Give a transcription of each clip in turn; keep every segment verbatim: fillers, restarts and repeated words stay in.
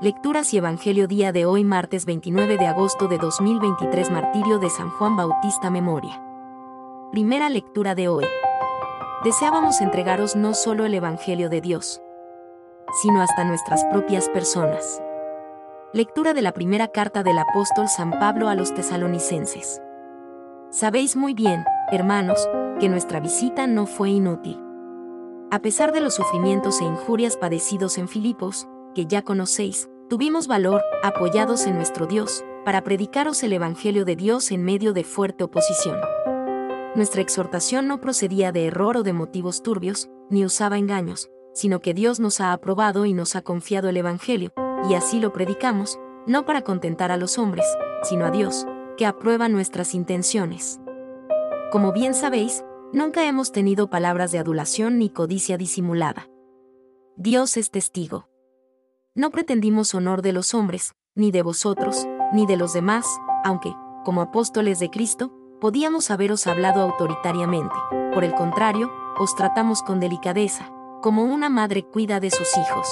Lecturas y Evangelio día de hoy martes veintinueve de agosto de dos mil veintitrés. Martirio de San Juan Bautista. Memoria. Primera lectura de hoy. Deseábamos entregaros no solo el Evangelio de Dios, sino hasta nuestras propias personas. Lectura de la primera carta del apóstol San Pablo a los tesalonicenses. Sabéis muy bien, hermanos, que nuestra visita no fue inútil. A pesar de los sufrimientos e injurias padecidos en Filipos, que ya conocéis, tuvimos valor, apoyados en nuestro Dios, para predicaros el Evangelio de Dios en medio de fuerte oposición. Nuestra exhortación no procedía de error o de motivos turbios, ni usaba engaños, sino que Dios nos ha aprobado y nos ha confiado el Evangelio, y así lo predicamos, no para contentar a los hombres, sino a Dios, que aprueba nuestras intenciones. Como bien sabéis, nunca hemos tenido palabras de adulación ni codicia disimulada. Dios es testigo. No pretendimos honor de los hombres, ni de vosotros, ni de los demás, aunque, como apóstoles de Cristo, podíamos haberos hablado autoritariamente. Por el contrario, os tratamos con delicadeza, como una madre cuida de sus hijos.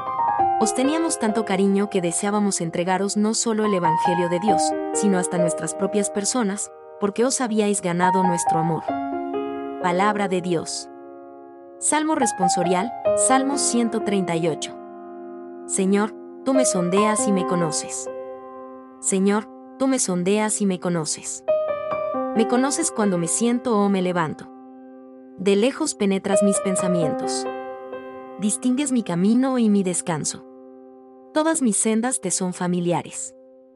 Os teníamos tanto cariño que deseábamos entregaros no solo el Evangelio de Dios, sino hasta nuestras propias personas, porque os habíais ganado nuestro amor. Palabra de Dios. Salmo responsorial, Salmo ciento treinta y ocho. Señor, tú me sondeas y me conoces. Señor, tú me sondeas y me conoces. Me conoces cuando me siento o me levanto. De lejos penetras mis pensamientos. Distingues mi camino y mi descanso. Todas mis sendas te son familiares.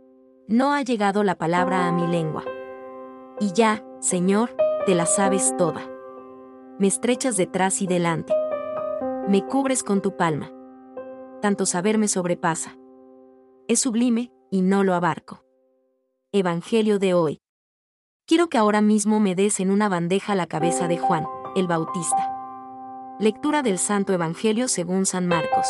No ha llegado la palabra a mi lengua. Y ya, Señor, te la sabes toda. Me estrechas detrás y delante. Me cubres con tu palma. Tanto saber me sobrepasa. Es sublime, y no lo abarco. Evangelio de hoy. Quiero que ahora mismo me des en una bandeja la cabeza de Juan, el Bautista. Lectura del Santo Evangelio según San Marcos.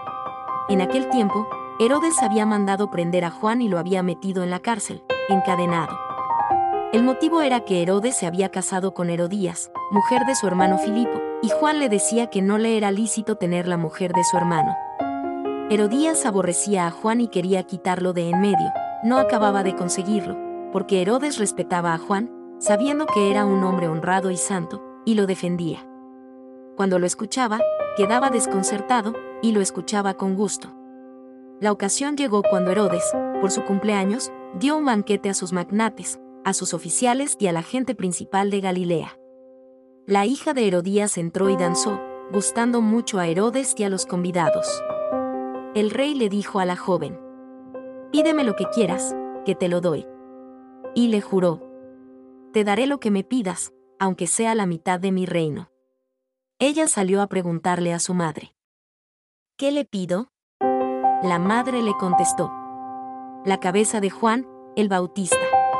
En aquel tiempo, Herodes había mandado prender a Juan y lo había metido en la cárcel, encadenado. El motivo era que Herodes se había casado con Herodías, mujer de su hermano Filipo, y Juan le decía que no le era lícito tener la mujer de su hermano. Herodías aborrecía a Juan y quería quitarlo de en medio, no acababa de conseguirlo, porque Herodes respetaba a Juan, sabiendo que era un hombre honrado y santo, y lo defendía. Cuando lo escuchaba, quedaba desconcertado, y lo escuchaba con gusto. La ocasión llegó cuando Herodes, por su cumpleaños, dio un banquete a sus magnates, a sus oficiales y a la gente principal de Galilea. La hija de Herodías entró y danzó, gustando mucho a Herodes y a los convidados. El rey le dijo a la joven: «Pídeme lo que quieras, que te lo doy». Y le juró: «Te daré lo que me pidas, aunque sea la mitad de mi reino». Ella salió a preguntarle a su madre: «¿Qué le pido?». La madre le contestó: «La cabeza de Juan, el Bautista».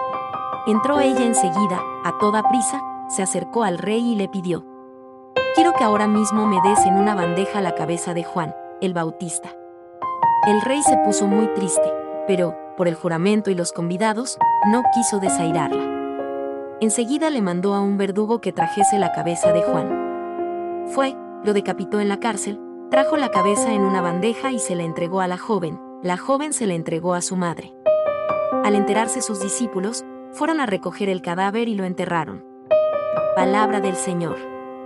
Entró ella enseguida, a toda prisa, se acercó al rey y le pidió: «Quiero que ahora mismo me des en una bandeja la cabeza de Juan, el Bautista». El rey se puso muy triste, pero, por el juramento y los convidados, no quiso desairarla. Enseguida le mandó a un verdugo que trajese la cabeza de Juan. Fue, lo decapitó en la cárcel, trajo la cabeza en una bandeja y se la entregó a la joven, la joven se la entregó a su madre. Al enterarse sus discípulos, fueron a recoger el cadáver y lo enterraron. Palabra del Señor.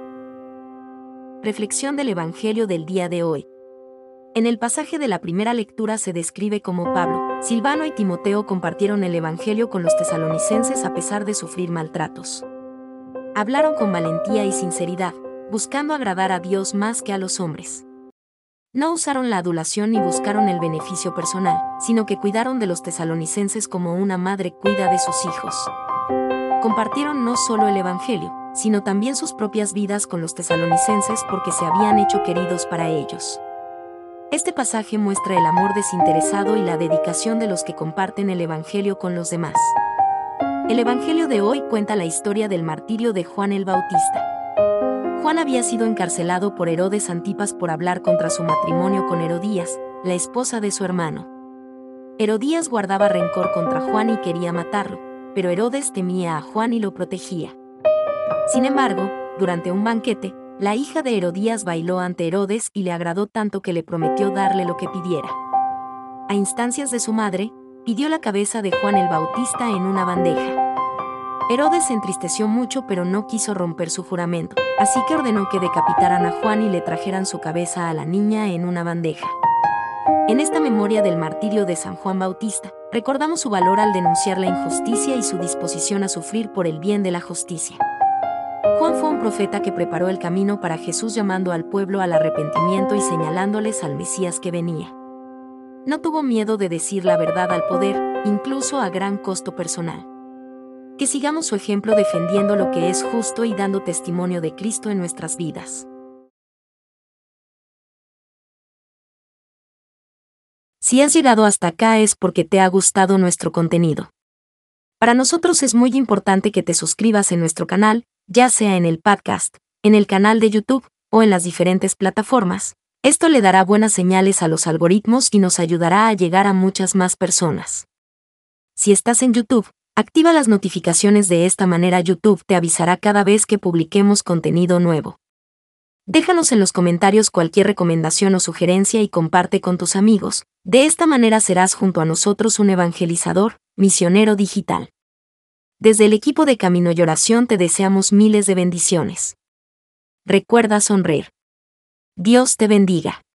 Reflexión del Evangelio del día de hoy. En el pasaje de la primera lectura se describe cómo Pablo, Silvano y Timoteo compartieron el Evangelio con los tesalonicenses a pesar de sufrir maltratos. Hablaron con valentía y sinceridad, buscando agradar a Dios más que a los hombres. No usaron la adulación ni buscaron el beneficio personal, sino que cuidaron de los tesalonicenses como una madre cuida de sus hijos. Compartieron no solo el Evangelio, sino también sus propias vidas con los tesalonicenses porque se habían hecho queridos para ellos. Este pasaje muestra el amor desinteresado y la dedicación de los que comparten el Evangelio con los demás. El Evangelio de hoy cuenta la historia del martirio de Juan el Bautista. Juan había sido encarcelado por Herodes Antipas por hablar contra su matrimonio con Herodías, la esposa de su hermano. Herodías guardaba rencor contra Juan y quería matarlo, pero Herodes temía a Juan y lo protegía. Sin embargo, durante un banquete, la hija de Herodías bailó ante Herodes y le agradó tanto que le prometió darle lo que pidiera. a instancias de su madre, pidió la cabeza de Juan el Bautista en una bandeja. Herodes se entristeció mucho, pero no quiso romper su juramento, así que ordenó que decapitaran a Juan y le trajeran su cabeza a la niña en una bandeja. En esta memoria del martirio de San Juan Bautista, recordamos su valor al denunciar la injusticia y su disposición a sufrir por el bien de la justicia. Juan fue un profeta que preparó el camino para Jesús, llamando al pueblo al arrepentimiento y señalándoles al Mesías que venía. No tuvo miedo de decir la verdad al poder, incluso a gran costo personal. Que sigamos su ejemplo defendiendo lo que es justo y dando testimonio de Cristo en nuestras vidas. Si has llegado hasta acá es porque te ha gustado nuestro contenido. Para nosotros es muy importante que te suscribas en nuestro canal, ya sea en el podcast, en el canal de YouTube o en las diferentes plataformas. Esto le dará buenas señales a los algoritmos y nos ayudará a llegar a muchas más personas. Si estás en YouTube, activa las notificaciones, de esta manera YouTube te avisará cada vez que publiquemos contenido nuevo. Déjanos en los comentarios cualquier recomendación o sugerencia y comparte con tus amigos. De esta manera serás junto a nosotros un evangelizador, misionero digital. Desde el equipo de Camino y Oración te deseamos miles de bendiciones. Recuerda sonreír. Dios te bendiga.